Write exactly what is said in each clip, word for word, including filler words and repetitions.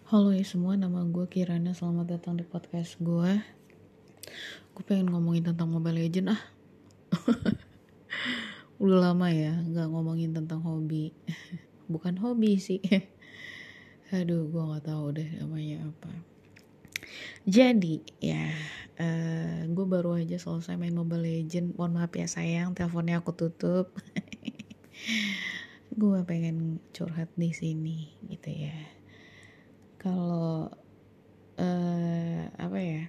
Halo ya semua, nama gue Kirana. Selamat datang di podcast gue. Gue pengen ngomongin tentang Mobile Legends ah. Udah lama ya gak ngomongin tentang hobi. Bukan hobi sih. Aduh, gue gak tahu deh namanya apa. Jadi ya, uh, gue baru aja selesai main Mobile Legends. Mohon maaf ya sayang, teleponnya aku tutup. Gue pengen curhat di sini gitu ya. Kalau uh, apa ya?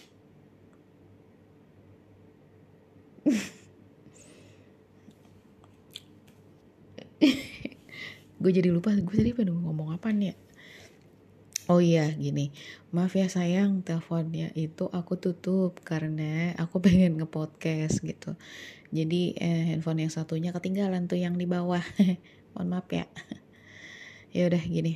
Gue jadi lupa gue tadi pengen ngomong apa nih ya. Oh iya gini, maaf ya sayang, teleponnya itu aku tutup karena aku pengen nge-podcast gitu. Jadi eh, handphone yang satunya ketinggalan tuh yang di bawah. Mohon maaf ya. Ya udah gini.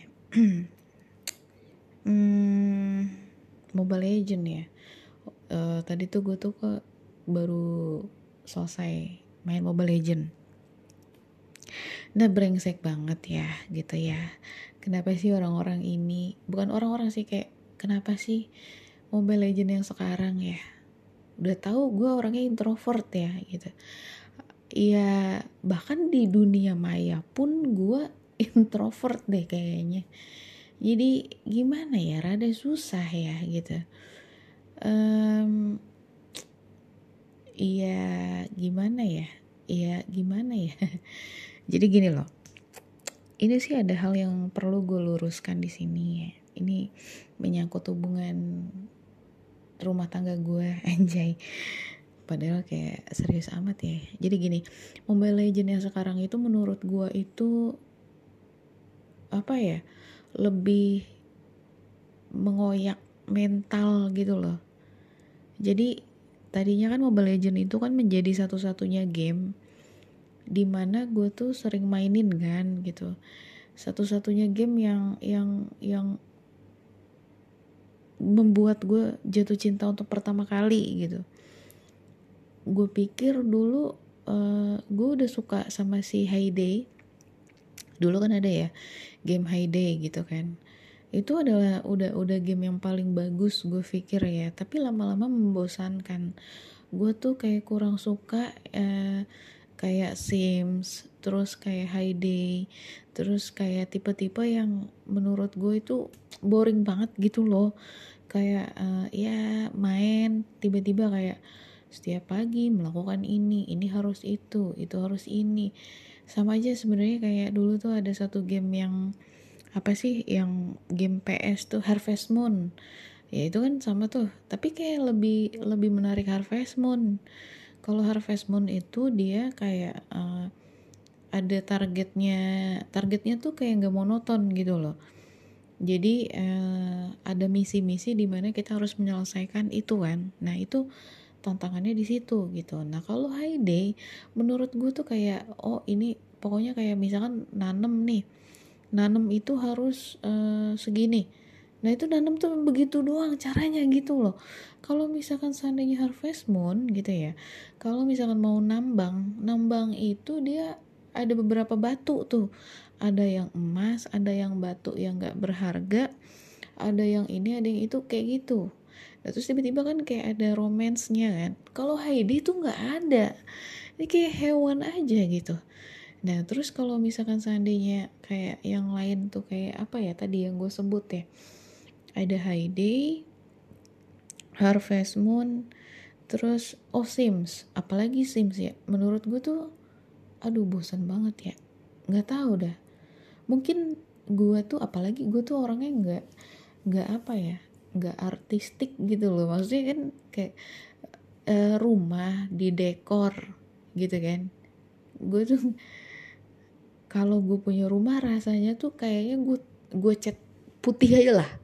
hmm, Mobile Legend ya. Uh, tadi tuh gue tuh ke baru selesai main Mobile Legend. Nah brengsek banget ya gitu ya. Kenapa sih orang-orang ini, bukan orang-orang sih, kayak kenapa sih Mobile Legends yang sekarang ya, udah tahu gue orangnya introvert ya gitu ya, bahkan di dunia maya pun gue introvert deh kayaknya. Jadi gimana ya, rada susah ya gitu. um, Iya gimana ya, iya gimana ya. Jadi gini loh, ini sih ada hal yang perlu gue luruskan di sini ya. Ini menyangkut hubungan rumah tangga gue, anjay. Padahal kayak serius amat ya. Jadi gini, Mobile Legends yang sekarang itu menurut gue itu apa ya, lebih mengoyak mental gitu loh. Jadi tadinya kan Mobile Legends itu kan menjadi satu-satunya game dimana gue tuh sering mainin kan gitu. Satu-satunya game yang yang yang membuat gue jatuh cinta untuk pertama kali gitu. Gue pikir dulu uh, gue udah suka sama si Hayday. Dulu kan ada ya game Hayday gitu kan. Itu adalah udah udah game yang paling bagus gue pikir ya. Tapi lama-lama membosankan. Gue tuh kayak kurang suka uh, kayak Sims, terus kayak Hayday, terus kayak tipe-tipe yang menurut gue itu boring banget gitu loh. Kayak uh, ya main tiba-tiba kayak setiap pagi melakukan ini, ini harus itu, itu harus ini. Sama aja sebenarnya kayak dulu tuh ada satu game yang apa sih, yang game P S tuh Harvest Moon. Ya itu kan sama tuh, tapi kayak lebih lebih menarik Harvest Moon. Kalau Harvest Moon itu dia kayak uh, ada targetnya, targetnya tuh kayak nggak monoton gitu loh. Jadi uh, ada misi-misi di mana kita harus menyelesaikan itu kan. Nah itu tantangannya di situ gitu. Nah kalau Hayday menurut gue tuh kayak oh ini pokoknya kayak misalkan nanem nih, nanem itu harus uh, segini. Nah itu nanem tuh begitu doang caranya gitu loh. Kalau misalkan seandainya Harvest Moon gitu ya, kalau misalkan mau nambang, nambang itu dia ada beberapa batu tuh. Ada yang emas, ada yang batu yang gak berharga, ada yang ini, ada yang itu kayak gitu. Nah, terus tiba-tiba kan kayak ada romance-nya kan. Kalau Heidi tuh nggak ada. Ini kayak hewan aja gitu. Nah terus kalau misalkan seandainya kayak yang lain tuh kayak apa ya tadi yang gue sebut ya. Ada Heidi, Harvest Moon, terus oh Sims. Apalagi Sims ya. Menurut gue tuh aduh bosan banget ya. Nggak tahu dah. Mungkin gue tuh apalagi gue tuh orangnya nggak nggak apa ya, nggak artistik gitu loh. Maksudnya kan kayak uh, rumah di dekor gitu kan. Gue tuh kalau gue punya rumah rasanya tuh kayaknya gue gue cat putih aja lah.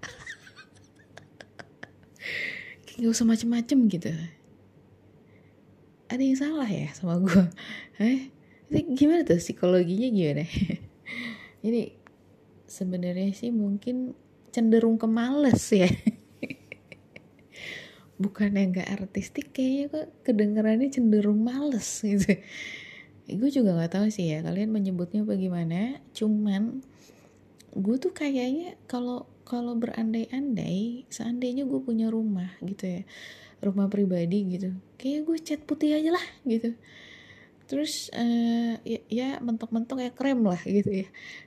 Kayak gak usah macem-macem gitu. Ada yang salah ya sama gue? Eh, gimana tuh psikologinya gimana? Jadi sebenarnya sih mungkin cenderung ke males ya. Bukan yang gak artistik, kayaknya kok kedengerannya cenderung males gitu. Gue juga gak tahu sih ya kalian menyebutnya bagaimana. Cuman gue tuh kayaknya kalau kalau berandai-andai seandainya gue punya rumah gitu ya, rumah pribadi gitu, kayak gue cat putih aja lah gitu. Terus uh, ya, ya mentok-mentok ya krem lah gitu ya.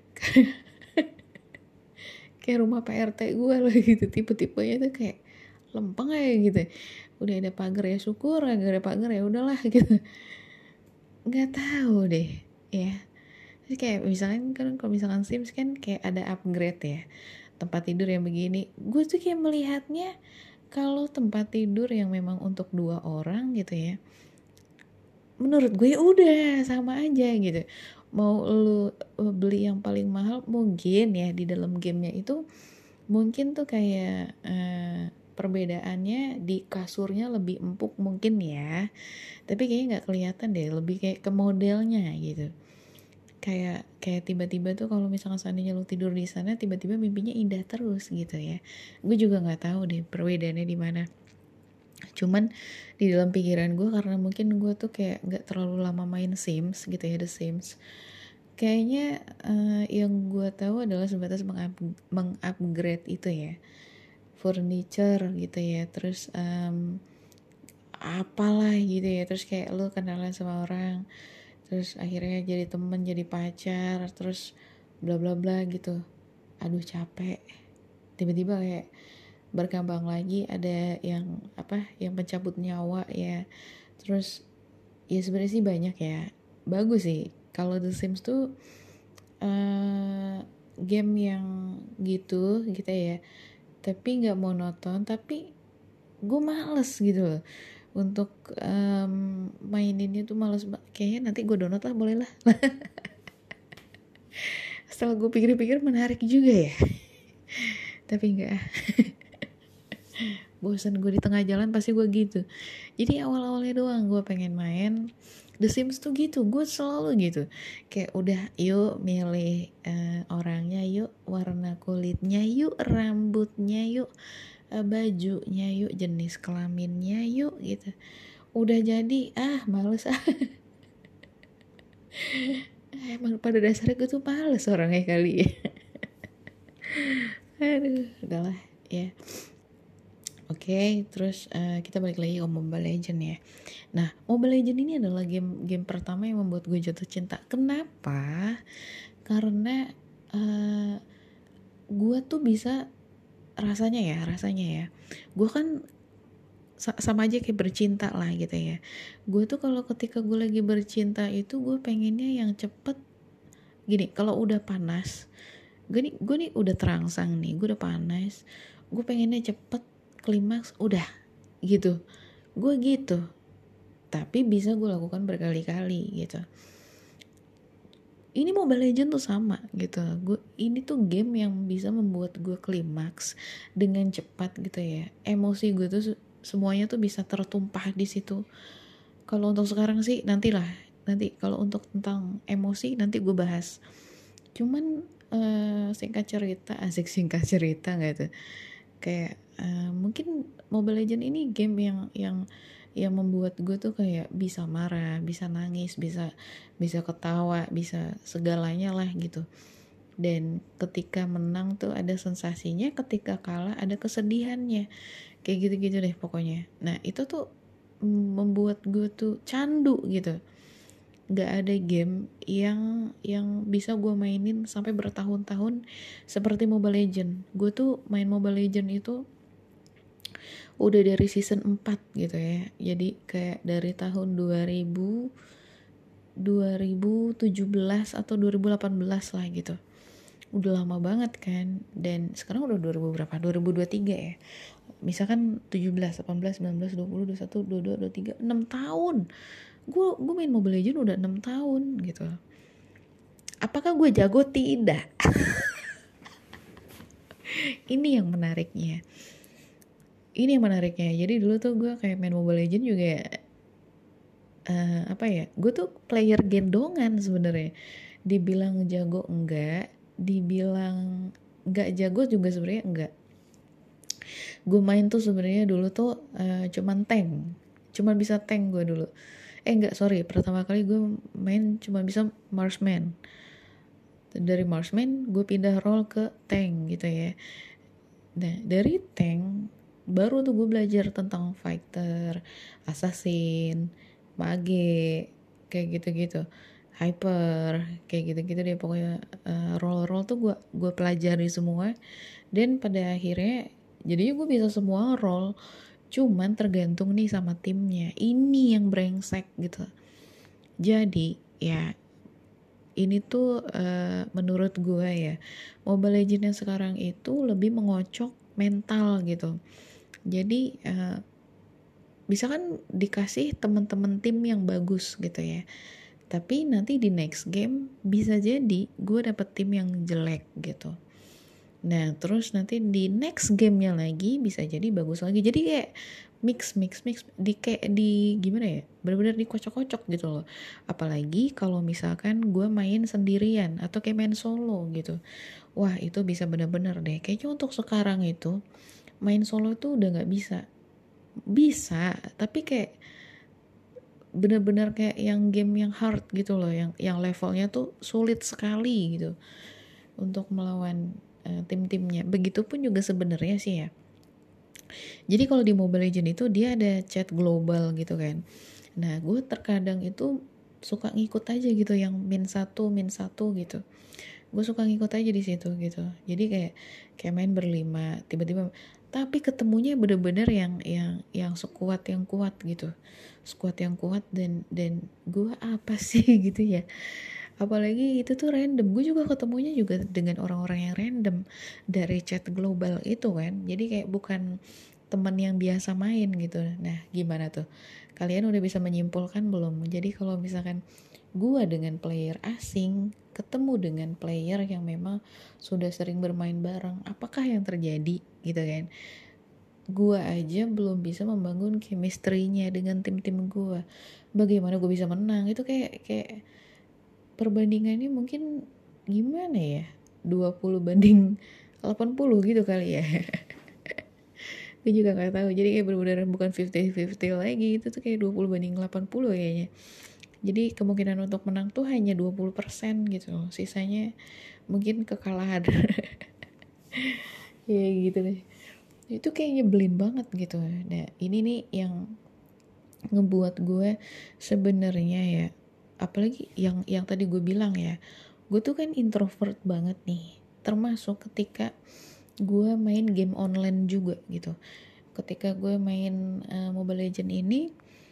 Kayak rumah P R T gue lah gitu, tipe-tipenya tuh kayak lempeng aja gitu. Udah ada pagar ya syukur, gak ada pagar ya udahlah gitu. Nggak tahu deh ya. Terus kayak misalkan kan kalau misalkan Sims kan kayak ada upgrade ya, tempat tidur yang begini. Gue tuh kayak melihatnya kalau tempat tidur yang memang untuk dua orang gitu ya, menurut gue udah sama aja gitu. Mau lu beli yang paling mahal mungkin ya di dalam gamenya itu mungkin tuh kayak eh, perbedaannya di kasurnya lebih empuk mungkin ya, tapi kayaknya nggak kelihatan deh, lebih kayak ke modelnya gitu. Kayak kayak tiba-tiba tuh kalau misalkan seandainya lu tidur di sana tiba-tiba mimpinya indah terus gitu ya. Gue juga nggak tahu deh perbedaannya di mana. Cuman di dalam pikiran gue karena mungkin gue tuh kayak nggak terlalu lama main Sims gitu ya, The Sims. Kayaknya uh, yang gue tahu adalah sebatas meng-up- meng-upgrade itu ya, furniture gitu ya, terus um, apalah gitu ya, terus kayak lu kenalan sama orang, terus akhirnya jadi temen, jadi pacar, terus bla bla bla gitu. Aduh capek. Tiba-tiba kayak berkembang lagi ada yang apa, yang pencabut nyawa ya. Terus ya sebenarnya sih banyak ya. Bagus sih kalau The Sims tuh uh, game yang gitu gitu ya. Tapi nggak monoton, tapi gue males gitu loh untuk um, maininnya tuh males. Kayaknya nanti gue download lah, boleh lah. Setelah gue pikir-pikir menarik juga ya. Tapi enggak. Bosan gue di tengah jalan pasti gue gitu. Jadi awal-awalnya doang gue pengen main The Sims tuh gitu. Gue selalu gitu. Kayak udah yuk milih uh, orangnya, yuk warna kulitnya, yuk rambutnya, yuk uh, bajunya, yuk jenis kelaminnya, yuk gitu. Udah jadi ah males ah. Emang pada dasarnya gue tuh males orangnya kali ya. Aduh udahlah ya. Oke, okay, terus uh, kita balik lagi ke Mobile Legend ya. Nah, Mobile Legend ini adalah game game pertama yang membuat gue jatuh cinta. Kenapa? Karena uh, gue tuh bisa rasanya ya, rasanya ya. Gue kan sama aja kayak bercinta lah gitu ya. Gue tuh kalau ketika gue lagi bercinta itu gue pengennya yang cepet. Gini, kalau udah panas, gue nih gue nih udah terangsang nih, gue udah panas, gue pengennya cepet klimaks udah gitu, gue gitu. Tapi bisa gue lakukan berkali-kali gitu. Ini Mobile Legend tuh sama gitu. Gue ini tuh game yang bisa membuat gue klimaks dengan cepat gitu ya. Emosi gue tuh semuanya tuh bisa tertumpah di situ. Kalau untuk sekarang sih nantilah, nanti kalau untuk tentang emosi nanti gue bahas. Cuman uh, singkat cerita, asik singkat cerita nggak tuh? Kayak uh, mungkin Mobile Legend ini game yang yang yang membuat gue tuh kayak bisa marah, bisa nangis, bisa bisa ketawa, bisa segalanya lah gitu. Dan ketika menang tuh ada sensasinya, ketika kalah ada kesedihannya, kayak gitu-gitu deh pokoknya. Nah itu tuh membuat gue tuh candu gitu. Gak ada game yang yang bisa gue mainin sampai bertahun-tahun seperti Mobile Legend. Gue tuh main Mobile Legend itu udah dari season empat gitu ya. Jadi kayak dari tahun dua ribu, dua ribu tujuh belas atau dua ribu delapan belas lah gitu. Udah lama banget kan. Dan sekarang udah dua ribu berapa? dua ribu dua puluh tiga ya. Misalkan tujuh belas, delapan belas, sembilan belas, dua puluh, dua puluh satu, dua puluh dua, dua puluh tiga, enam tahun. Gue gue main Mobile Legends udah enam tahun gitu. Apakah gue jago? Tidak. Ini yang menariknya. Ini yang menariknya. Jadi dulu tuh gue kayak main Mobile Legends juga uh, apa ya? Gue tuh player gendongan sebenarnya. Dibilang jago enggak, dibilang enggak jago juga sebenarnya enggak. Gue main tuh sebenarnya dulu tuh uh, cuman tank. Cuman bisa tank gue dulu. Eh enggak, sorry. Pertama kali gue main cuma bisa marksman. Dari marksman gue pindah role ke tank gitu ya. Nah dari tank baru tuh gue belajar tentang fighter, assassin, mage, kayak gitu-gitu, hyper, kayak gitu-gitu deh pokoknya. Uh, role-role tuh gue gue pelajari semua, dan pada akhirnya jadinya gue bisa semua role. Cuman tergantung nih sama timnya, ini yang brengsek gitu. Jadi ya ini tuh uh, menurut gue ya, Mobile Legends yang sekarang itu lebih mengocok mental gitu. Jadi uh, bisa kan dikasih teman-teman tim yang bagus gitu ya, tapi nanti di next game bisa jadi gue dapet tim yang jelek gitu. Nah terus nanti di next gamenya lagi bisa jadi bagus lagi. Jadi kayak mix mix mix di kayak di gimana ya, benar-benar dikocok-kocok gitu loh. Apalagi kalau misalkan gue main sendirian atau kayak main solo gitu, wah itu bisa benar-benar deh. Kayaknya untuk sekarang itu main solo itu udah nggak bisa. Bisa tapi kayak benar-benar kayak yang game yang hard gitu loh, yang yang levelnya tuh sulit sekali gitu untuk melawan uh, tim-timnya. Begitupun juga sebenarnya sih ya. Jadi kalau di Mobile Legends itu dia ada chat global gitu kan. Nah gue terkadang itu suka ngikut aja gitu, yang min satu min satu gitu. Gue suka ngikut aja di situ gitu. Jadi kayak kayak main berlima, tiba-tiba tapi ketemunya bener-bener yang yang yang sekuat yang kuat gitu, sekuat yang kuat dan dan gue apa sih gitu ya. Apalagi itu tuh random, gue juga ketemunya juga dengan orang-orang yang random dari chat global itu kan. Jadi kayak bukan teman yang biasa main gitu. Nah gimana tuh, kalian udah bisa menyimpulkan belum? Jadi kalau misalkan gue dengan player asing ketemu dengan player yang memang sudah sering bermain bareng, apakah yang terjadi gitu kan. Gue aja belum bisa membangun chemistry-nya dengan tim-tim gue, bagaimana gue bisa menang? Itu kayak kayak perbandingannya mungkin gimana ya, dua puluh banding delapan puluh gitu kali ya. Gue juga gak tahu. Jadi kayak bener-bener bukan lima puluh lima puluh lagi, itu tuh kayak dua puluh banding delapan puluh kayaknya. Jadi kemungkinan untuk menang tuh hanya dua puluh persen gitu loh. Sisanya mungkin kekalahan. Ya gitu deh. Itu kayak nyebelin banget gitu. Nah ini nih yang ngebuat gue sebenarnya ya, apalagi yang yang tadi gue bilang ya, gue tuh kan introvert banget nih, termasuk ketika gue main game online juga gitu. Ketika gue main uh, Mobile Legends ini,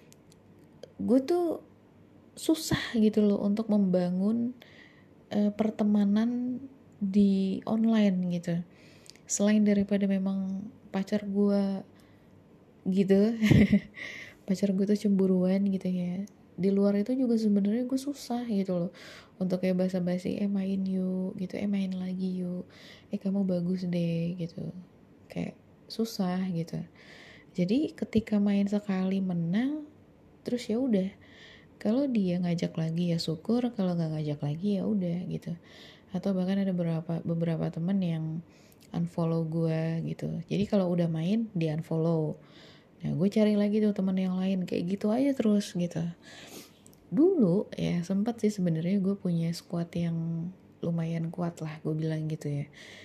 gue tuh susah gitu loh untuk membangun uh, pertemanan di online gitu. Selain daripada memang pacar gue gitu, pacar gue tuh cemburuan gitu ya. Di luar itu juga sebenarnya gue susah gitu loh untuk kayak basa-basi, eh main yuk gitu, eh main lagi yuk, eh kamu bagus deh gitu. Kayak susah gitu. Jadi ketika main sekali menang, terus ya udah. Kalau dia ngajak lagi ya syukur, kalau nggak ngajak lagi ya udah gitu. Atau bahkan ada beberapa beberapa teman yang unfollow gue gitu. Jadi kalau udah main di unfollow. Nah gue cari lagi tuh teman yang lain, kayak gitu aja terus gitu. Dulu ya sempat sih sebenarnya gue punya squad yang lumayan kuat lah, gue bilang gitu ya.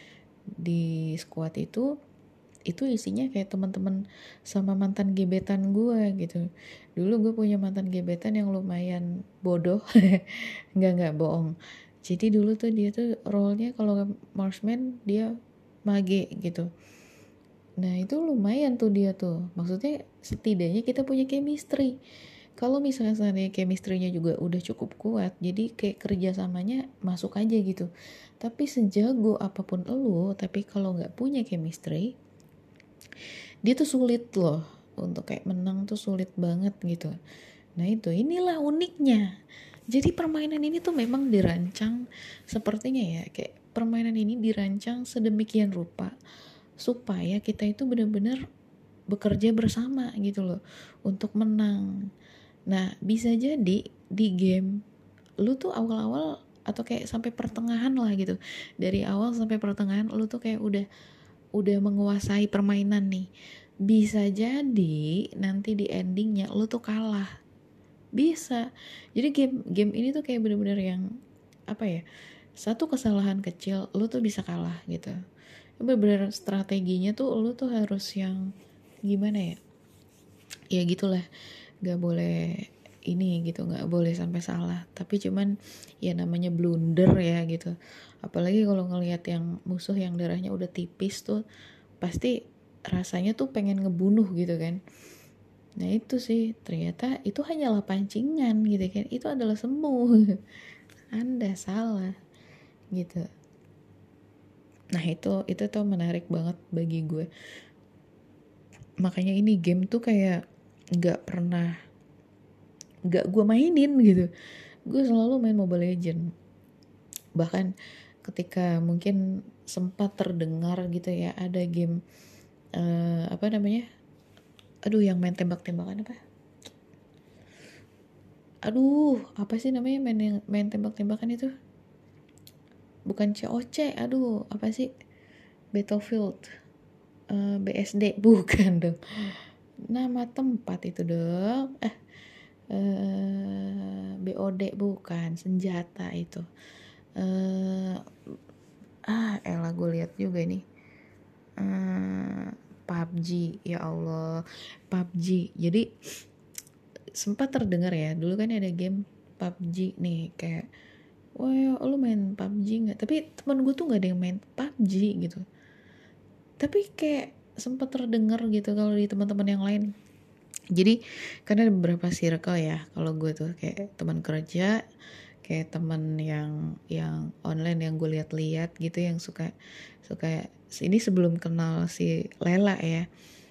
Di squad itu itu isinya kayak teman-teman sama mantan gebetan gue gitu. Dulu gue punya mantan gebetan yang lumayan bodoh. nggak nggak bohong. Jadi dulu tuh dia tuh role-nya kalau marksman dia mage gitu. Nah itu lumayan tuh dia tuh, maksudnya setidaknya kita punya chemistry. Kalau misalnya seandainya chemistry-nya juga udah cukup kuat, jadi kayak kerjasamanya masuk aja gitu. Tapi sejago apapun elu, tapi kalau nggak punya chemistry, dia tuh sulit loh untuk kayak menang, tuh sulit banget gitu. Nah itu, inilah uniknya. Jadi permainan ini tuh memang dirancang sepertinya ya, kayak permainan ini dirancang sedemikian rupa supaya kita itu benar-benar bekerja bersama gitu loh untuk menang. Nah bisa jadi di game lu tuh awal-awal atau kayak sampai pertengahan lah gitu, dari awal sampai pertengahan lu tuh kayak udah udah menguasai permainan nih. Bisa jadi nanti di endingnya lu tuh kalah, bisa. Jadi game game ini tuh kayak bener-bener yang apa ya, satu kesalahan kecil lu tuh bisa kalah gitu. Bener-bener strateginya tuh lu tuh harus yang gimana ya, ya gitulah, gak boleh ini gitu, gak boleh sampai salah. Tapi cuman ya namanya blunder ya gitu, apalagi kalau ngelihat yang musuh yang darahnya udah tipis tuh pasti rasanya tuh pengen ngebunuh gitu kan. Nah itu sih, ternyata itu hanyalah pancingan gitu kan, itu adalah semu. Anda salah gitu. Nah itu itu tuh menarik banget bagi gue. Makanya ini game tuh kayak nggak pernah nggak gue mainin gitu. Gue selalu main Mobile Legend. Bahkan ketika mungkin sempat terdengar gitu ya ada game uh, apa namanya? Aduh yang main tembak-tembakan apa? Aduh apa sih namanya main main tembak-tembakan itu? Bukan C O C, aduh apa sih? Battlefield, uh, B S D bukan dong. Nama tempat itu dong. Eh uh, B O D bukan, senjata itu. Uh, ah elah gue lihat juga nih. Uh, P U B G, ya Allah, P U B G. Jadi sempat terdengar ya, dulu kan ada game P U B G nih kayak, wah lu main P U B G nggak? Tapi teman gue tuh nggak ada yang main P U B G gitu. Tapi kayak sempat terdengar gitu kalau di teman-teman yang lain. Jadi karena ada beberapa circle ya, kalau gue tuh kayak teman kerja, kayak teman yang yang online yang gue lihat-lihat gitu, yang suka suka ini sebelum kenal si Lela ya,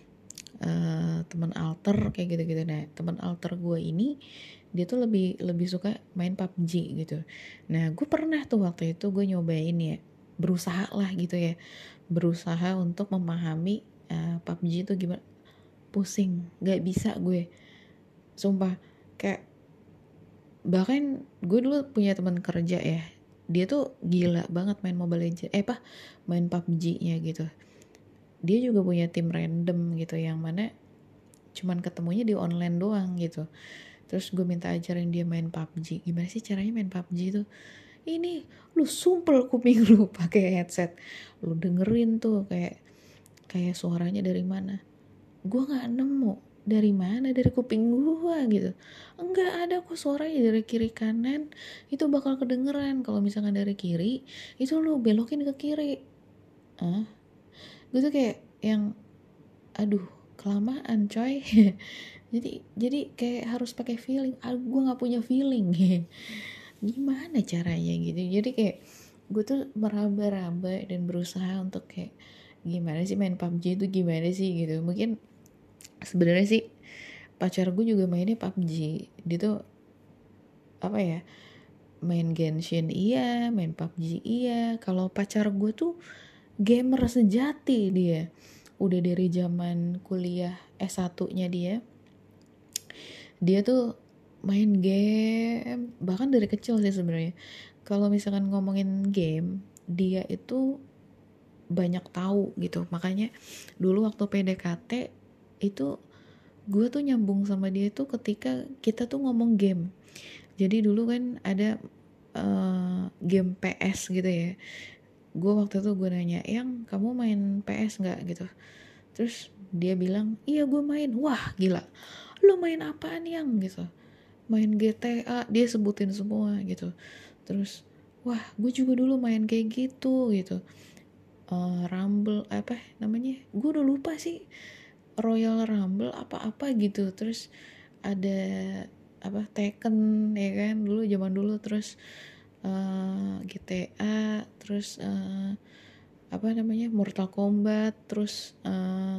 uh, teman alter kayak gitu-gitu. Nah teman alter gue ini dia tuh lebih lebih suka main P U B G gitu. Nah gue pernah tuh waktu itu gue nyobain ya, berusaha lah gitu ya, berusaha untuk memahami uh, P U B G itu gimana. Pusing, gak bisa gue, sumpah. Kayak bahkan gue dulu punya teman kerja ya, dia tuh gila banget main Mobile Legends, eh apa main P U B G-nya gitu. Dia juga punya tim random gitu, yang mana cuman ketemunya di online doang gitu. Terus gue minta ajarin dia main P U B G. Gimana sih caranya main P U B G tuh? Ini lu sumpel kuping lu pakai headset, lu dengerin tuh kayak kayak suaranya dari mana. Gue nggak nemu dari mana, dari kuping gue gitu. Enggak ada kok suaranya dari kiri kanan, itu bakal kedengeran. Kalau misalkan dari kiri itu lu belokin ke kiri. Ah, gue tuh kayak yang aduh kelamaan coy. jadi jadi kayak harus pakai feeling. Ah, gue nggak punya feeling. Gimana caranya gitu. Jadi kayak gue tuh meraba-raba dan berusaha untuk kayak gimana sih main P U B G itu gimana sih gitu. Mungkin sebenarnya sih pacar gue juga mainnya P U B G. Dia tuh apa ya, main Genshin iya, main P U B G iya. Kalau pacar gue tuh gamer sejati dia. Udah dari zaman kuliah S satu nya dia. Dia tuh main game bahkan dari kecil sih sebenarnya. Kalau misalkan ngomongin game, dia itu banyak tahu gitu. Makanya dulu waktu P D K T itu gue tuh nyambung sama dia tuh ketika kita tuh ngomong game. Jadi dulu kan ada uh, game P S gitu ya. Gue waktu itu gue nanya, yang kamu main P S nggak gitu. Terus dia bilang, iya gue main. Wah gila, lu main apaan yang gitu? Main G T A, dia sebutin semua gitu. Terus wah gue juga dulu main kayak gitu gitu. Uh, Rumble apa namanya? Gue udah lupa sih. Royal Rumble apa-apa gitu. Terus ada apa Tekken ya kan dulu zaman dulu. Terus uh, G T A, terus uh, apa namanya Mortal Kombat, terus uh,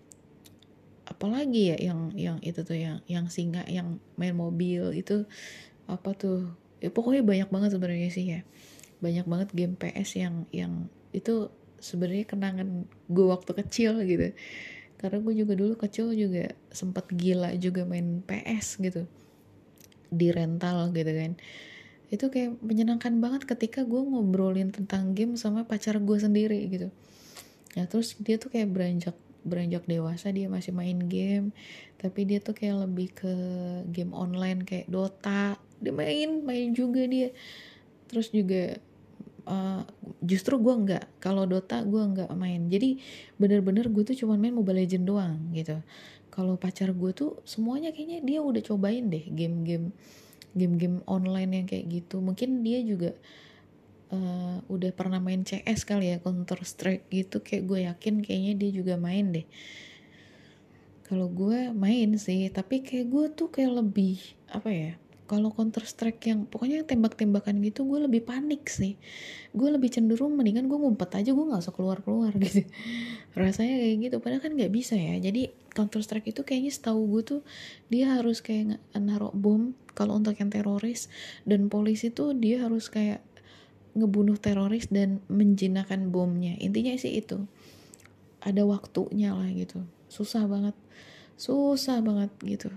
apalagi ya yang yang itu tuh yang yang singa yang main mobil itu apa tuh ya, pokoknya banyak banget sebenarnya sih ya, banyak banget game P S yang yang itu sebenarnya kenangan gue waktu kecil gitu. Karena gue juga dulu kecil juga sempat gila juga main P S gitu di rental gitu kan. Itu kayak menyenangkan banget ketika gue ngobrolin tentang game sama pacar gue sendiri gitu. Ya terus dia tuh kayak beranjak beranjak dewasa, dia masih main game, tapi dia tuh kayak lebih ke game online kayak Dota. Dia main main juga dia. Terus juga uh, justru gue nggak, kalau Dota gue nggak main. Jadi bener-bener gue tuh cuma main Mobile Legend doang gitu. Kalau pacar gue tuh semuanya kayaknya dia udah cobain deh game-game game-game online yang kayak gitu. Mungkin dia juga uh, udah pernah main C S kali ya, Counter Strike gitu, kayak gue yakin kayaknya dia juga main deh. Kalau gue main sih, tapi kayak gue tuh kayak lebih apa ya, kalau Counter Strike yang pokoknya yang tembak-tembakan gitu gue lebih panik sih. Gue lebih cenderung mendingan gue ngumpet aja, gue nggak usah keluar-keluar gitu. Rasanya kayak gitu, padahal kan nggak bisa ya. Jadi Counter Strike itu kayaknya setahu gue tuh dia harus kayak naruh bom kalau untuk yang teroris, dan polisi tuh dia harus kayak ngebunuh teroris dan menjinakkan bomnya. Intinya sih itu. Ada waktunya lah gitu. Susah banget. Susah banget gitu.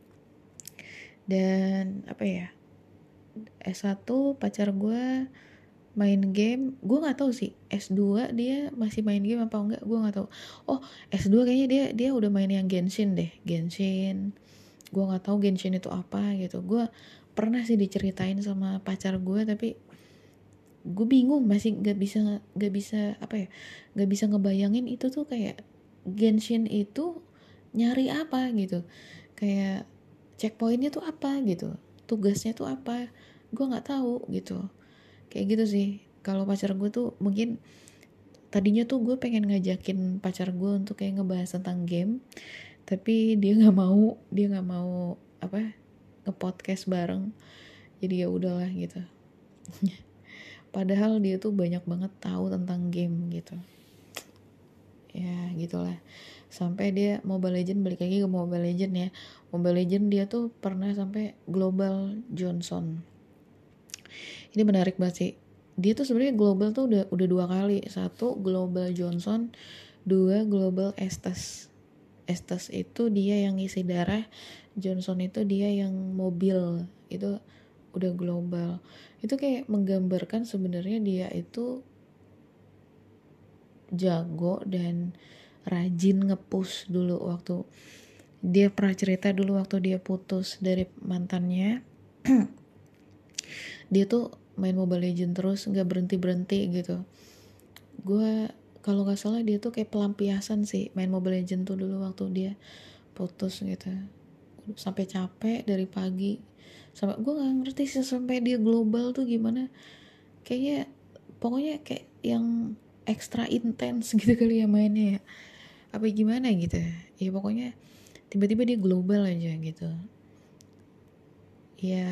Dan apa ya, S satu pacar gue main game, gue nggak tahu sih S dua dia masih main game apa enggak, gue nggak tahu. Oh, S dua kayaknya dia dia udah main yang Genshin deh, Genshin. Gue nggak tahu Genshin itu apa gitu. Gue pernah sih diceritain sama pacar gue, tapi gue bingung, masih nggak bisa nggak bisa apa ya, nggak bisa ngebayangin itu tuh kayak Genshin itu nyari apa gitu, kayak checkpointnya tuh apa gitu, tugasnya tuh apa, gue nggak tahu gitu. Kayak gitu sih. Kalau pacar gue tuh mungkin tadinya tuh gue pengen ngajakin pacar gue untuk kayak ngebahas tentang game, tapi dia nggak mau, dia nggak mau apa nge-podcast bareng. Jadi ya udahlah gitu. Padahal dia tuh banyak banget tahu tentang game gitu. Ya gitulah. Sampai dia Mobile Legend, balik lagi ke Mobile Legend ya. Mobile Legend dia tuh pernah sampai Global Johnson. Ini menarik banget sih. Dia tuh sebenarnya global tuh udah udah dua kali. Satu Global Johnson, dua Global Estes. Estes itu dia yang isi darah, Johnson itu dia yang mobil. Itu udah global. Itu kayak menggambarkan sebenarnya dia itu jago dan rajin ngepush dulu waktu dia pernah cerita dulu waktu dia putus dari mantannya. Dia tuh main Mobile Legend terus, nggak berhenti berhenti gitu. Gue kalau nggak salah dia tuh kayak pelampiasan sih main Mobile Legend tuh dulu waktu dia putus gitu, sampai capek dari pagi sampai, gue nggak ngerti sih sampai dia global tuh gimana. Kayaknya pokoknya kayak yang ekstra intens gitu kali ya mainnya ya, apa gimana gitu ya, pokoknya tiba-tiba dia global aja gitu ya.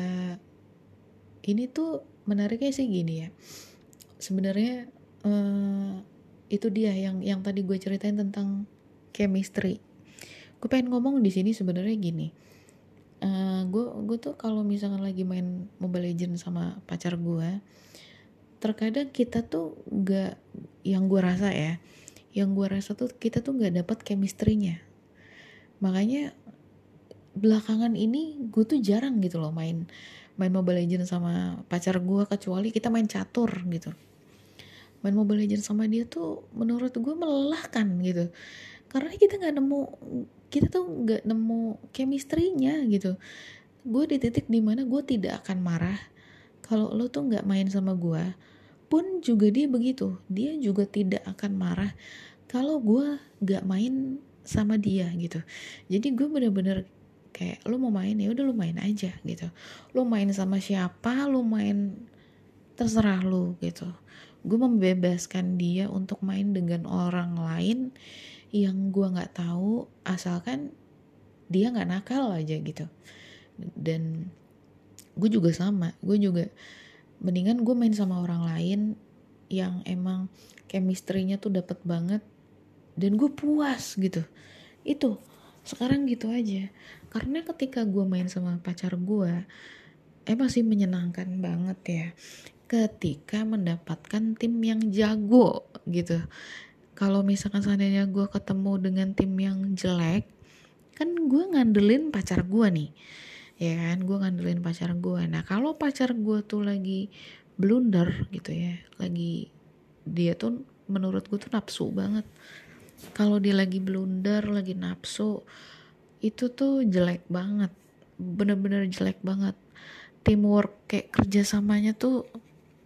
Ini tuh menariknya sih gini ya, sebenarnya eh, itu dia yang yang tadi gue ceritain tentang chemistry. Gue pengen ngomong di sini sebenarnya gini, uh, gue gue tuh kalau misalkan lagi main Mobile Legends sama pacar gue, terkadang kita tuh nggak, yang gue rasa ya, yang gue rasa tuh kita tuh nggak dapat chemistry-nya. Makanya belakangan ini gue tuh jarang gitu loh main main Mobile Legends sama pacar gue, kecuali kita main catur gitu. Main Mobile Legends sama dia tuh menurut gue melelahkan gitu, karena kita nggak nemu, kita tuh nggak nemu chemistry-nya gitu. Gue di titik dimana gue tidak akan marah kalau lo tuh nggak main sama gue, pun juga dia begitu, dia juga tidak akan marah kalau gue nggak main sama dia gitu. Jadi gue bener-bener kayak, lo mau main ya udah lo main aja gitu, lo main sama siapa, lo main terserah lo gitu. Gue membebaskan dia untuk main dengan orang lain yang gue nggak tahu, asalkan dia nggak nakal aja gitu. Dan gue juga sama, gue juga mendingan gue main sama orang lain yang emang chemistry-nya tuh dapet banget dan gue puas gitu. Itu sekarang gitu aja, karena ketika gue main sama pacar gue emang sih menyenangkan banget ya ketika mendapatkan tim yang jago gitu. Kalau misalkan seandainya gue ketemu dengan tim yang jelek, kan gue ngandelin pacar gue nih, ya kan, gue ngandelin pacar gue. Nah kalau pacar gue tuh lagi blunder gitu ya, lagi dia tuh menurut gue tuh nafsu banget. Kalau dia lagi blunder, lagi nafsu, itu tuh jelek banget, bener-bener jelek banget. Teamwork kayak kerjasamanya tuh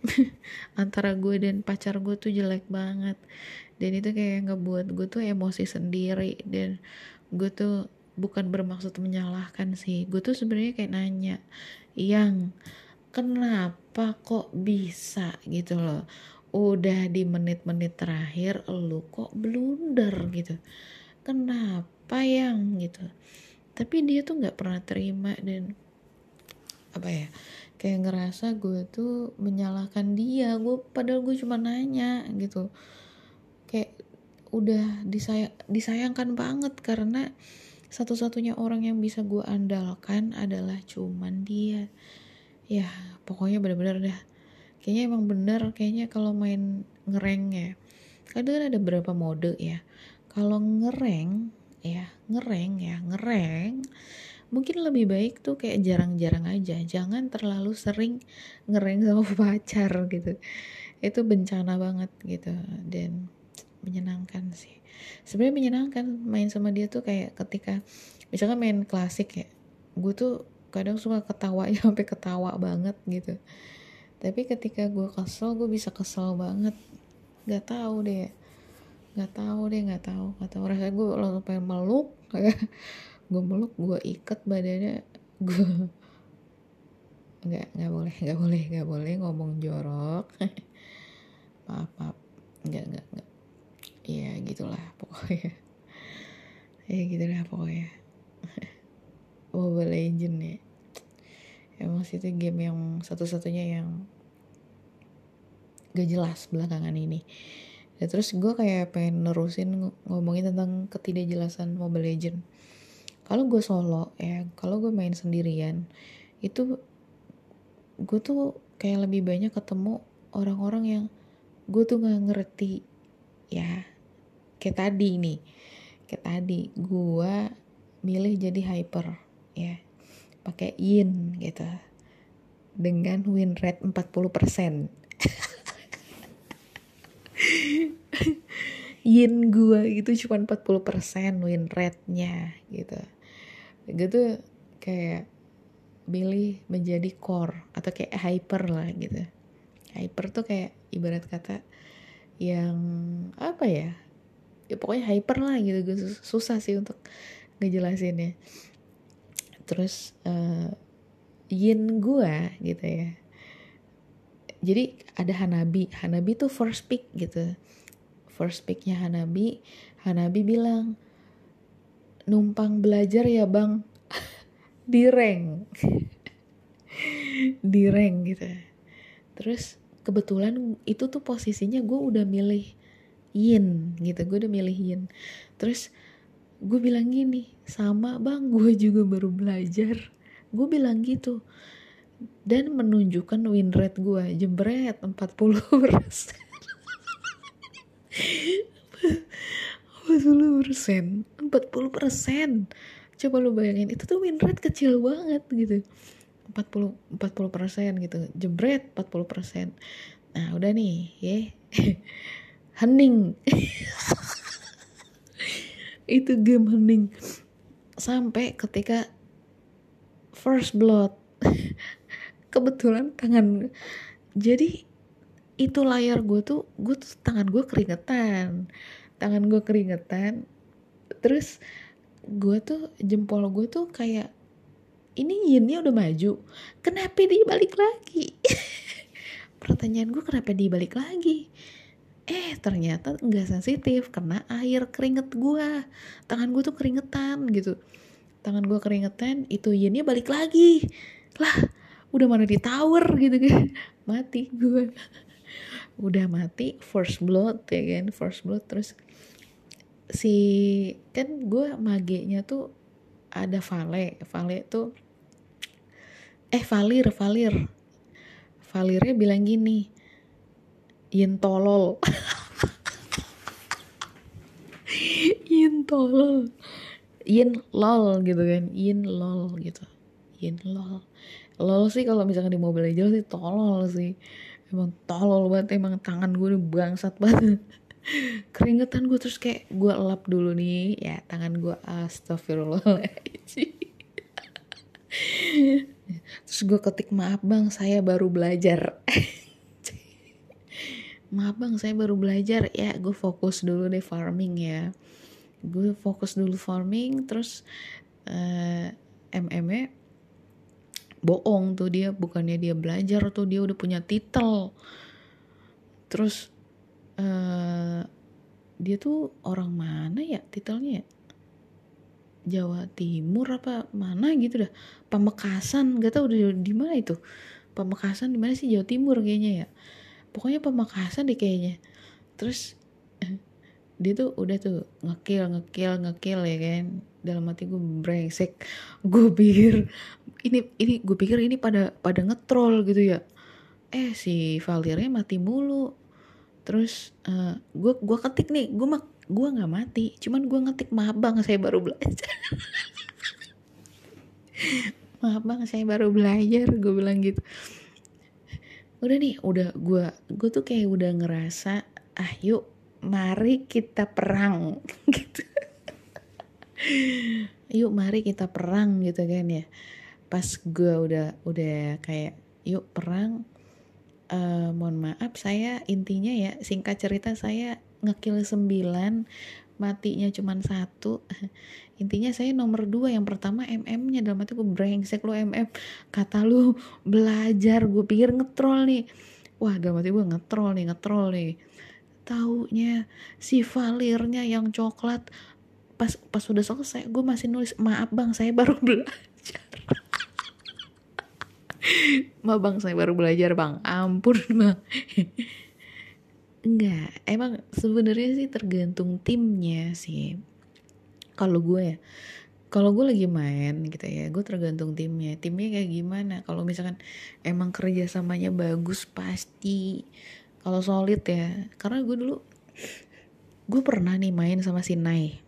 antara gue dan pacar gue tuh jelek banget, dan itu kayak ngebuat gue tuh emosi sendiri. Dan gue tuh bukan bermaksud menyalahkan sih, gue tuh sebenarnya kayak nanya, yang kenapa kok bisa gitu loh, udah di menit-menit terakhir lu kok blunder gitu, kenapa yang gitu. Tapi dia tuh nggak pernah terima, dan apa ya, kayak ngerasa gue tuh menyalahkan dia. Gue padahal gue cuma nanya gitu, kayak udah disayang disayangkan banget, karena satu-satunya orang yang bisa gue andalkan adalah cuman dia. Ya pokoknya bener-bener dah, kayaknya emang bener, kayaknya kalau main ngereng ya, kadang ada beberapa mode ya. Kalau ngereng ya ngereng ya ngereng mungkin lebih baik tuh kayak jarang-jarang aja, jangan terlalu sering ngereng sama pacar gitu. Itu bencana banget gitu, dan menyenangkan sih. Sebenarnya menyenangkan main sama dia tuh, kayak ketika misalkan main klasik ya, gue tuh kadang suka ketawanya sampai ketawa banget gitu. Tapi ketika gue kesel, gue bisa kesel banget. Gak tahu deh, gak tahu deh, gak tahu, gak tahu. Rasanya gue langsung pengen meluk, kayak gue meluk, gue ikat badannya, gue nggak nggak boleh nggak boleh nggak boleh ngomong jorok. maaf maaf nggak nggak nggak ya gitulah pokoknya, ya gitulah pokoknya. Mobile Legend ya, emang sih itu game yang satu-satunya yang gak jelas belakangan ini. Ya, terus gue kayak pengen nerusin ng- ngomongin tentang ketidakjelasan Mobile Legend. Kalau gue solo ya, kalau gue main sendirian, itu gue tuh kayak lebih banyak ketemu orang-orang yang gue tuh nggak ngerti ya. Kayak tadi nih, kayak tadi gue milih jadi hyper ya, pakai yin gitu, dengan win rate empat puluh persen. Yin gue gitu cuma empat puluh persen win rate-nya gitu. Gue tuh kayak pilih menjadi core atau kayak hyper lah gitu. Hyper tuh kayak ibarat kata yang apa ya, ya pokoknya hyper lah gitu. Gue susah sih untuk ngejelasinnya. Terus uh, yin gue gitu ya, jadi ada Hanabi. Hanabi tuh first pick gitu. First picknya Hanabi. Hanabi bilang, numpang belajar ya bang, di rank. Di rank gitu. Terus kebetulan itu tuh posisinya gue udah milih yin gitu. Gue udah milih yin. Terus gue bilang gini, sama bang, gue juga baru belajar. Gue bilang gitu. Dan menunjukkan win rate gue, jebret empat puluh persen. empat puluh persen empat puluh persen Coba lu bayangin, itu tuh win rate kecil banget gitu. empat puluh persen gitu, jebret empat puluh persen. Nah udah nih ya, hening. Itu game hening sampai ketika first blood. Kebetulan tangan, jadi itu layar gue tuh, gue tuh tangan gue keringetan, tangan gue keringetan. Terus gue tuh, jempol gue tuh kayak, ini yinnya udah maju, kenapa dia balik lagi? Pertanyaan gue, kenapa dia balik lagi? Eh ternyata nggak sensitif, kena air keringet gue. Tangan gue tuh keringetan gitu, tangan gue keringetan, itu yinnya balik lagi. Lah udah mana di tower gitu kan, mati gue. Udah mati, first blood ya kan, first blood. Terus si kan gue magenya tuh ada Vale, Vale tuh eh Valir, Valir, Valirnya bilang gini, yin tolol. Yin tolol, yin lol gitu kan, yin lol gitu, yin lol. Lol sih kalau misalkan di Mobile Legends sih tolol sih, emang tolol banget, emang tangan gue udah bangsat banget. Keringetan gue, terus kayak gue elap dulu nih ya tangan gue, astagfirullahaladzim. Terus gue ketik, maaf bang, saya baru belajar. maaf bang saya baru belajar ya, gue fokus dulu deh farming ya, gue fokus dulu farming. Terus uh, M M-nya bohong tuh, dia bukannya dia belajar tuh, dia udah punya titel. Terus uh, dia tuh orang mana ya titelnya ya, Jawa Timur apa mana gitu dah, Pamekasan, gak tau udah di mana itu, Pamekasan di mana sih, Jawa Timur kayaknya ya, pokoknya Pamekasan deh kayaknya. Terus dia tuh udah tuh ngekil ngekil ngekil ya kan, dalam hati gue brengsek, gue pikir ini ini gue pikir ini pada pada ngetrol gitu ya, eh si Valirnya mati mulu. Terus uh, gue gue ketik nih, gue mah gue nggak mati, cuman gue ngetik maaf bang saya baru belajar. Maaf bang saya baru belajar, gue bilang gitu. Udah nih, udah gue gue tuh kayak udah ngerasa ah yuk mari kita perang gitu. Yuk mari kita perang gitu kan ya. Pas gue udah udah kayak yuk perang, uh, mohon maaf saya intinya ya, singkat cerita saya ngekill sembilan, matinya cuman satu. Intinya saya nomor dua, yang pertama M M-nya, dalam hati gue brengsek lu M M, kata lu belajar, gue pikir ngetrol nih. Wah dalam hati gue ngetrol nih, ngetrol nih. Taunya si Valirnya yang coklat, pas pas udah selesai gue masih nulis maaf bang saya baru belajar. Maaf bang saya baru belajar bang, ampun bang. Enggak, emang sebenarnya sih tergantung timnya sih. Kalau gue ya, kalau gue lagi main gitu ya, gue tergantung timnya. Timnya kayak gimana? Kalau misalkan emang kerjasamanya bagus pasti. Kalau solid ya, karena gue dulu, gue pernah nih main sama si Nai.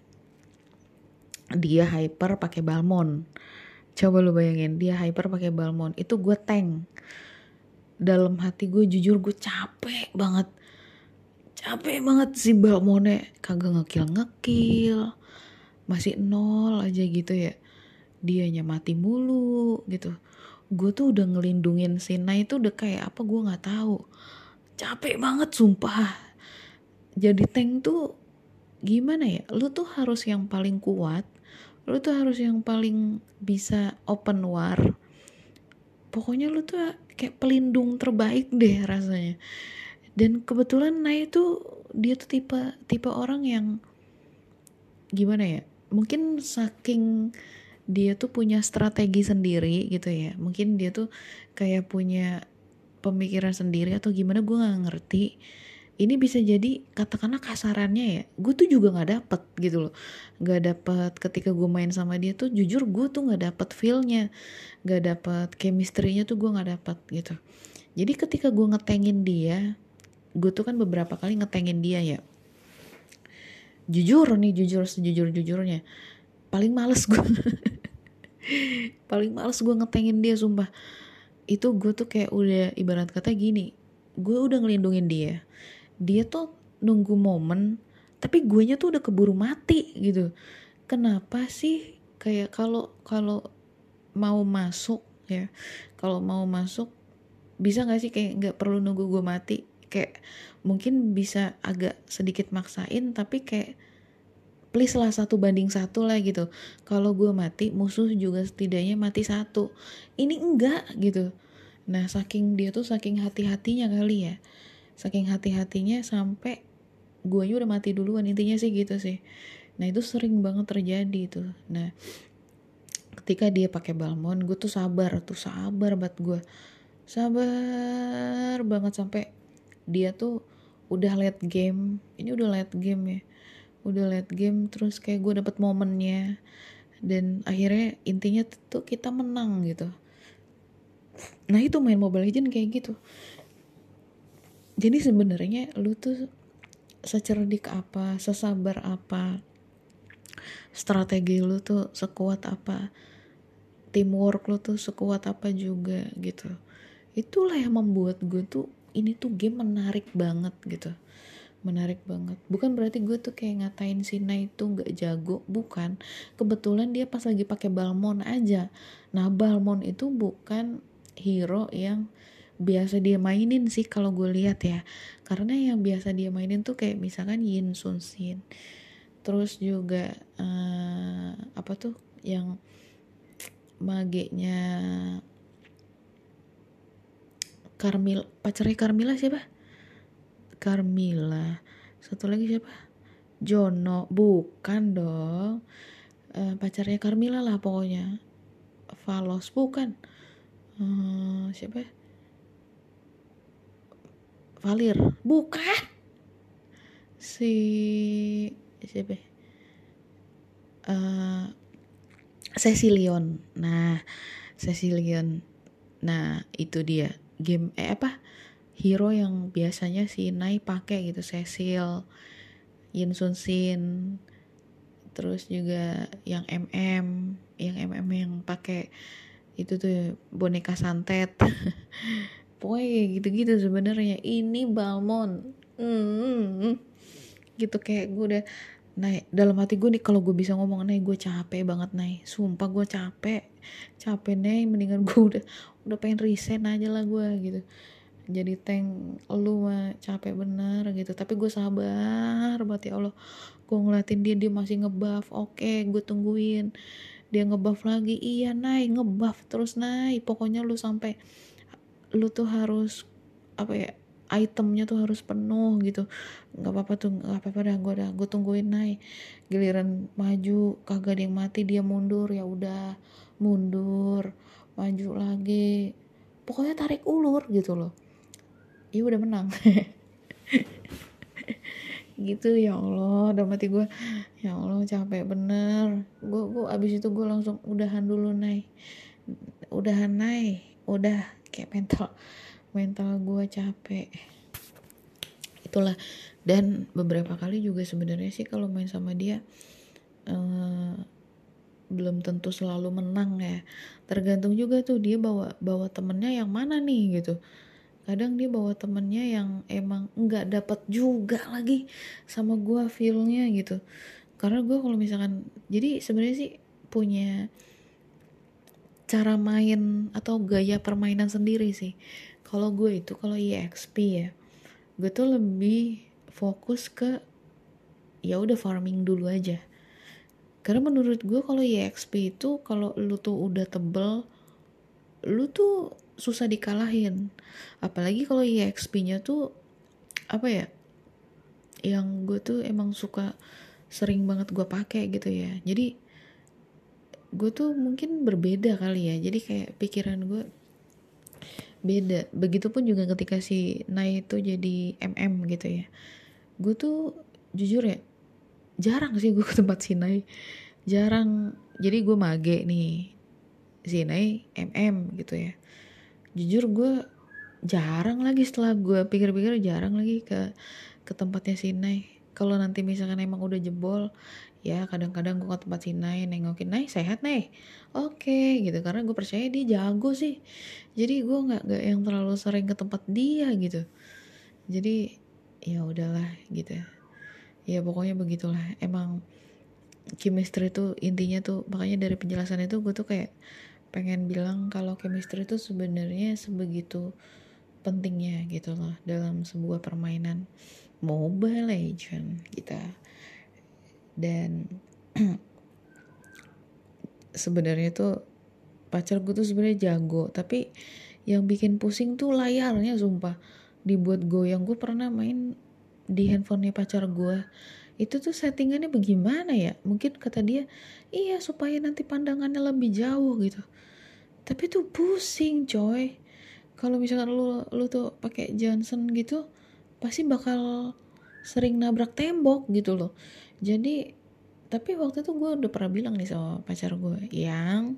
Dia hyper pakai Balmond. Coba lu bayangin, dia hyper pakai Balmond. Itu gue tank. Dalam hati gue jujur gue capek banget. Capek banget si Balmondnya, kagak ngekill-ngekill. Masih nol aja gitu ya, dianya mati mulu gitu. Gue tuh udah ngelindungin si Nai itu udah kayak apa gue nggak tahu, capek banget sumpah. Jadi tank tuh gimana ya, lu tuh harus yang paling kuat, lu tuh harus yang paling bisa open war, pokoknya lu tuh kayak pelindung terbaik deh rasanya. Dan kebetulan Nai tuh dia tuh tipe tipe orang yang gimana ya, mungkin saking dia tuh punya strategi sendiri gitu ya, mungkin dia tuh kayak punya pemikiran sendiri atau gimana gue nggak ngerti. Ini bisa jadi katakanlah kasarannya ya, gue tuh juga nggak dapet gitu loh, nggak dapet ketika gue main sama dia tuh, jujur gue tuh nggak dapet feelnya, nggak dapet chemistry-nya tuh gue nggak dapet gitu. Jadi ketika gue ngetengin dia, gue tuh kan beberapa kali ngetengin dia ya, jujur nih, jujur sejujur-jujurnya, paling males gue paling males gue ngetengin dia sumpah. Itu gue tuh kayak udah ibarat kata gini, gue udah ngelindungin dia, dia tuh nunggu momen, tapi guenya tuh udah keburu mati gitu. Kenapa sih kayak kalau kalau mau masuk ya, kalau mau masuk bisa nggak sih kayak nggak perlu nunggu gue mati, kayak mungkin bisa agak sedikit maksain, tapi kayak please lah satu banding satu lah gitu. Kalau gue mati, musuh juga setidaknya mati satu. Ini enggak gitu. Nah saking dia tuh saking hati-hatinya kali ya, saking hati-hatinya sampai guanya udah mati duluan, intinya sih gitu sih. Nah itu sering banget terjadi tuh. Nah ketika dia pakai Balmond, gue tuh sabar tuh sabar banget gue, sabar banget sampai dia tuh udah late game. Ini udah late game ya, udah late game, terus kayak gue dapet momennya, dan akhirnya intinya tuh kita menang gitu. Nah itu main Mobile Legends kayak gitu. Jadi sebenarnya lu tuh secerdik apa, sesabar apa, strategi lu tuh sekuat apa, teamwork lu tuh sekuat apa juga gitu. Itulah yang membuat gue tuh ini tuh game menarik banget gitu, menarik banget. Bukan berarti gue tuh kayak ngatain si Nai itu nggak jago, bukan. Kebetulan dia pas lagi pakai Balmond aja. Nah Balmond itu bukan hero yang biasa dia mainin sih kalau gue lihat ya, karena yang biasa dia mainin tuh kayak misalkan Yin Sun Shin, terus juga uh, apa tuh yang magenya Carmil, pacarnya Carmila siapa? Carmila, satu lagi siapa? Jono, bukan dong, uh, pacarnya Carmila lah pokoknya. Valos, bukan. Uh, siapa? Valir, bukan. Si siapa? Uh, Cecilion. Nah, Cecilion. Nah, itu dia. Game eh apa? Hero yang biasanya si Nai pakai gitu, Cecil, Yin Sun Shin, terus juga yang M M, yang M M yang pakai itu tuh boneka santet. Pokoknya kayak gitu-gitu sebenarnya. Ini Balmond. Hmm, gitu kayak gue udah naik dalam hati gue nih, kalau gue bisa ngomong naik, gue capek banget naik, sumpah gue capek capek nih, mendingan gue udah udah pengen resign aja lah gue gitu, jadi tank lu mah capek bener gitu. Tapi gue sabar banget ya Allah, gue ngeliatin dia dia masih ngebuff, oke gue tungguin dia ngebuff lagi, iya naik ngebuff terus naik, pokoknya lu sampai lu tuh harus apa ya, itemnya tuh harus penuh gitu, nggak apa-apa tuh, nggak apa-apa dah, gue dah gue tungguin naik, giliran maju kagak ada yang mati, dia mundur, ya udah mundur, maju lagi, pokoknya tarik ulur gitu loh, ya udah menang. Gitu ya Allah, udah mati gue, ya Allah capek bener, gue gue abis itu gue langsung udahan dulu naik, udahan naik, udah kayak mental mental gue capek itulah. Dan beberapa kali juga sebenarnya sih kalau main sama dia eh, belum tentu selalu menang ya, tergantung juga tuh dia bawa bawa temennya yang mana nih gitu. Kadang dia bawa temennya yang emang nggak dapat juga lagi sama gue feelnya gitu, karena gue kalau misalkan, jadi sebenarnya sih punya cara main atau gaya permainan sendiri sih. Kalau gue itu kalau E X P ya, gue tuh lebih fokus ke ya udah farming dulu aja. Karena menurut gue kalau E X P itu kalau lu tuh udah tebel, lu tuh susah dikalahin. Apalagi kalau E X P-nya tuh apa ya? Yang gue tuh emang suka sering banget gue pakai gitu ya. Jadi gue tuh mungkin berbeda kali ya. Jadi kayak pikiran gue beda. Begitupun juga ketika si Nai itu jadi M M gitu ya, gue tuh jujur ya jarang sih gue ke tempat si Nai, jarang. Jadi gue mage nih, si Nai M M gitu ya, jujur gue jarang lagi, setelah gue pikir-pikir jarang lagi ke ke tempatnya si Nai. Kalau nanti misalkan emang udah jebol ya kadang-kadang gue ke tempat si Nai, nengokin Nai sehat Nai, oke gitu, karena gue percaya dia jago sih. Jadi gue nggak nggak yang terlalu sering ke tempat dia gitu. Jadi ya udahlah gitu ya, pokoknya begitulah. Emang chemistry itu intinya tuh, makanya dari penjelasan itu gue tuh kayak pengen bilang kalau chemistry itu sebenarnya sebegitu pentingnya gitu loh dalam sebuah permainan Mobile Legend gitu. Dan sebenarnya tuh pacar gue tuh sebenarnya jago, tapi yang bikin pusing tuh layarnya, sumpah dibuat goyang. Gue pernah main di handphonenya pacar gue, itu tuh settingannya bagaimana ya, mungkin kata dia iya supaya nanti pandangannya lebih jauh gitu, tapi tuh pusing coy. Kalau misalkan lu lu tuh pakai Johnson gitu pasti bakal sering nabrak tembok gitu loh. Jadi tapi waktu itu gue udah pernah bilang nih sama pacar gue yang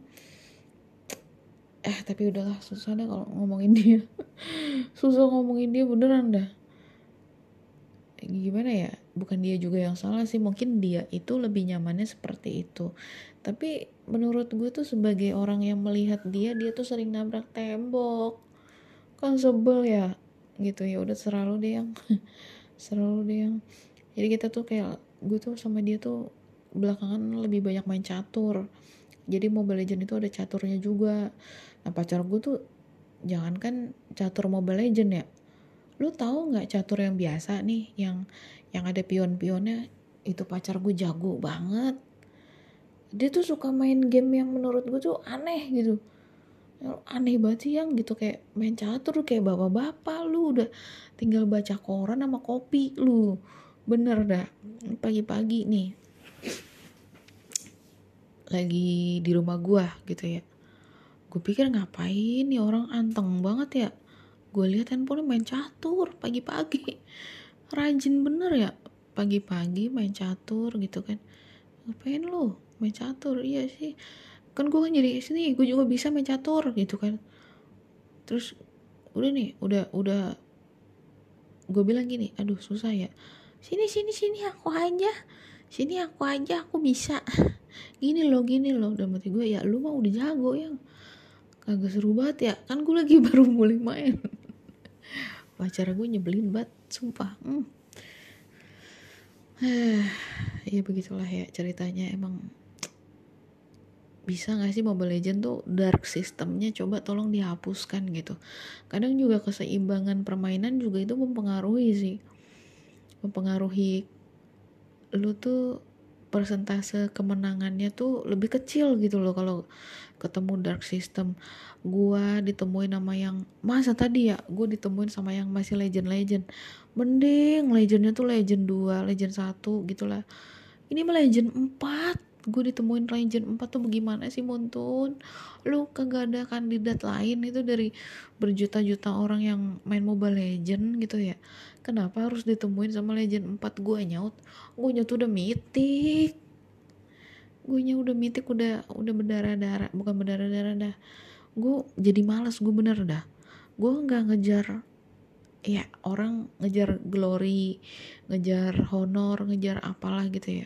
eh tapi udahlah susah deh kalau ngomongin dia. Susah ngomongin dia beneran dah. Gimana ya, bukan dia juga yang salah sih, mungkin dia itu lebih nyamannya seperti itu. Tapi menurut gue tuh sebagai orang yang melihat dia, dia tuh sering nabrak tembok, kan sebel ya gitu. Ya udah selalu deh yang selalu deh yang jadi kita tuh kayak gue tuh sama dia tuh belakangan lebih banyak main catur. Jadi Mobile Legends itu ada caturnya juga. Nah pacar gue tuh jangankan catur Mobile Legend ya, lu tahu nggak catur yang biasa nih, yang yang ada pion-pionnya, itu pacar gue jago banget. Dia tuh suka main game yang menurut gue tuh aneh gitu, aneh banget sih yang gitu, kayak main catur kayak bapak-bapak, lu udah tinggal baca koran sama kopi lu, bener dah. Pagi-pagi nih lagi di rumah gue gitu ya, gue pikir ngapain nih orang anteng banget ya, gue lihat handphone main catur pagi-pagi, rajin bener ya pagi-pagi main catur gitu kan. Ngapain lu main catur? Iya sih, kan gue kan jadi sini gue juga bisa main catur gitu kan. Terus udah nih udah udah gue bilang gini, aduh susah ya, sini sini sini aku aja, sini aku aja, aku bisa gini loh gini loh. Udah mati gue, ya lu mah udah jago yang kagak seru banget ya, kan gue lagi baru mulai main. Pacar gue nyebelin banget sumpah. hmm. Ya begitulah ya ceritanya. Emang bisa gak sih Mobile Legends tuh dark systemnya coba tolong dihapuskan gitu. Kadang juga keseimbangan permainan juga itu mempengaruhi sih, mempengaruhi lu tuh persentase kemenangannya tuh lebih kecil gitu loh kalau ketemu dark system. Gua ditemuin sama yang masa tadi ya, gue ditemuin sama yang masih legend-legend, mending legendnya tuh legend dua, legend satu gitulah. Ini mah legend empat, gue ditemuin legend empat tuh bagaimana sih Muntun? Lu kagak ada kandidat lain itu dari berjuta-juta orang yang main Mobile Legend gitu ya, kenapa harus ditemuin sama legend empat? Gue nyaut, gue nyaut udah mitik, gue nyaut udah mitik, udah udah berdarah-darah, bukan berdarah-darah dah, gue jadi malas, gue bener dah, gue nggak ngejar ya orang, ngejar glory, ngejar honor, ngejar apalah gitu ya.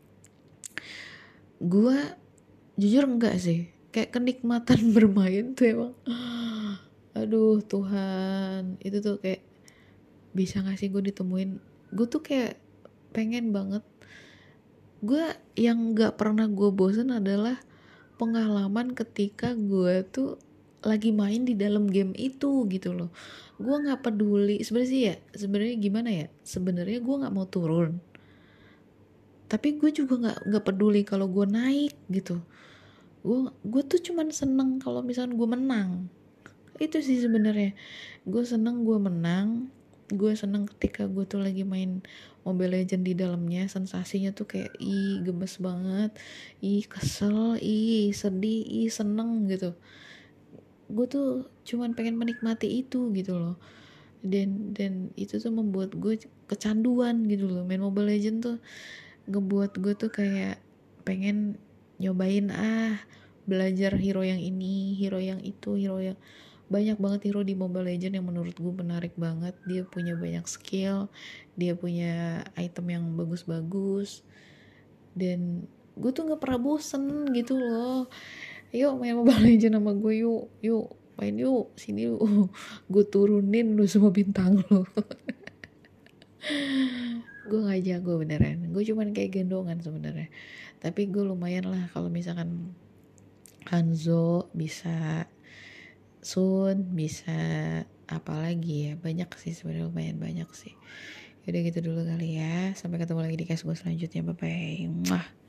Gue jujur enggak sih, kayak kenikmatan bermain tuh emang aduh Tuhan, itu tuh kayak bisa gak sih gue ditemuin, gue tuh kayak pengen banget. Gue yang gak pernah gue bosen adalah pengalaman ketika gue tuh lagi main di dalam game itu gitu loh. Gue nggak peduli sebenarnya sih ya, sebenarnya gimana ya, sebenarnya gue nggak mau turun, tapi gue juga nggak nggak peduli kalau gue naik gitu. Gue gue tuh cuman seneng kalau misalnya gue menang, itu sih sebenarnya. Gue seneng gue menang, gue seneng ketika gue tuh lagi main Mobile Legend di dalamnya, sensasinya tuh kayak ih gemes banget, ih kesel, ih sedih, ih seneng gitu. Gue tuh cuman pengen menikmati itu gitu loh, dan dan itu tuh membuat gue kecanduan gitu loh. Main Mobile Legend tuh ngebuat gue tuh kayak pengen nyobain, ah belajar hero yang ini, hero yang itu, hero yang banyak banget hero di Mobile Legend yang menurut gue menarik banget. Dia punya banyak skill, dia punya item yang bagus-bagus, dan gue tuh nggak pernah bosen gitu loh. Yuk main Mobile Legend sama gue yuk, yuk main yuk, sini yuk, gue turunin lu semua bintang lu. Gue nggak jago beneran, gue cuman kayak gendongan sebenarnya, tapi gue lumayan lah kalau misalkan Hanzo bisa, Sun bisa, apalagi ya, banyak sih sebenarnya, lumayan banyak sih. Yaudah gitu dulu kali ya, sampai ketemu lagi di case gue selanjutnya, bye bye.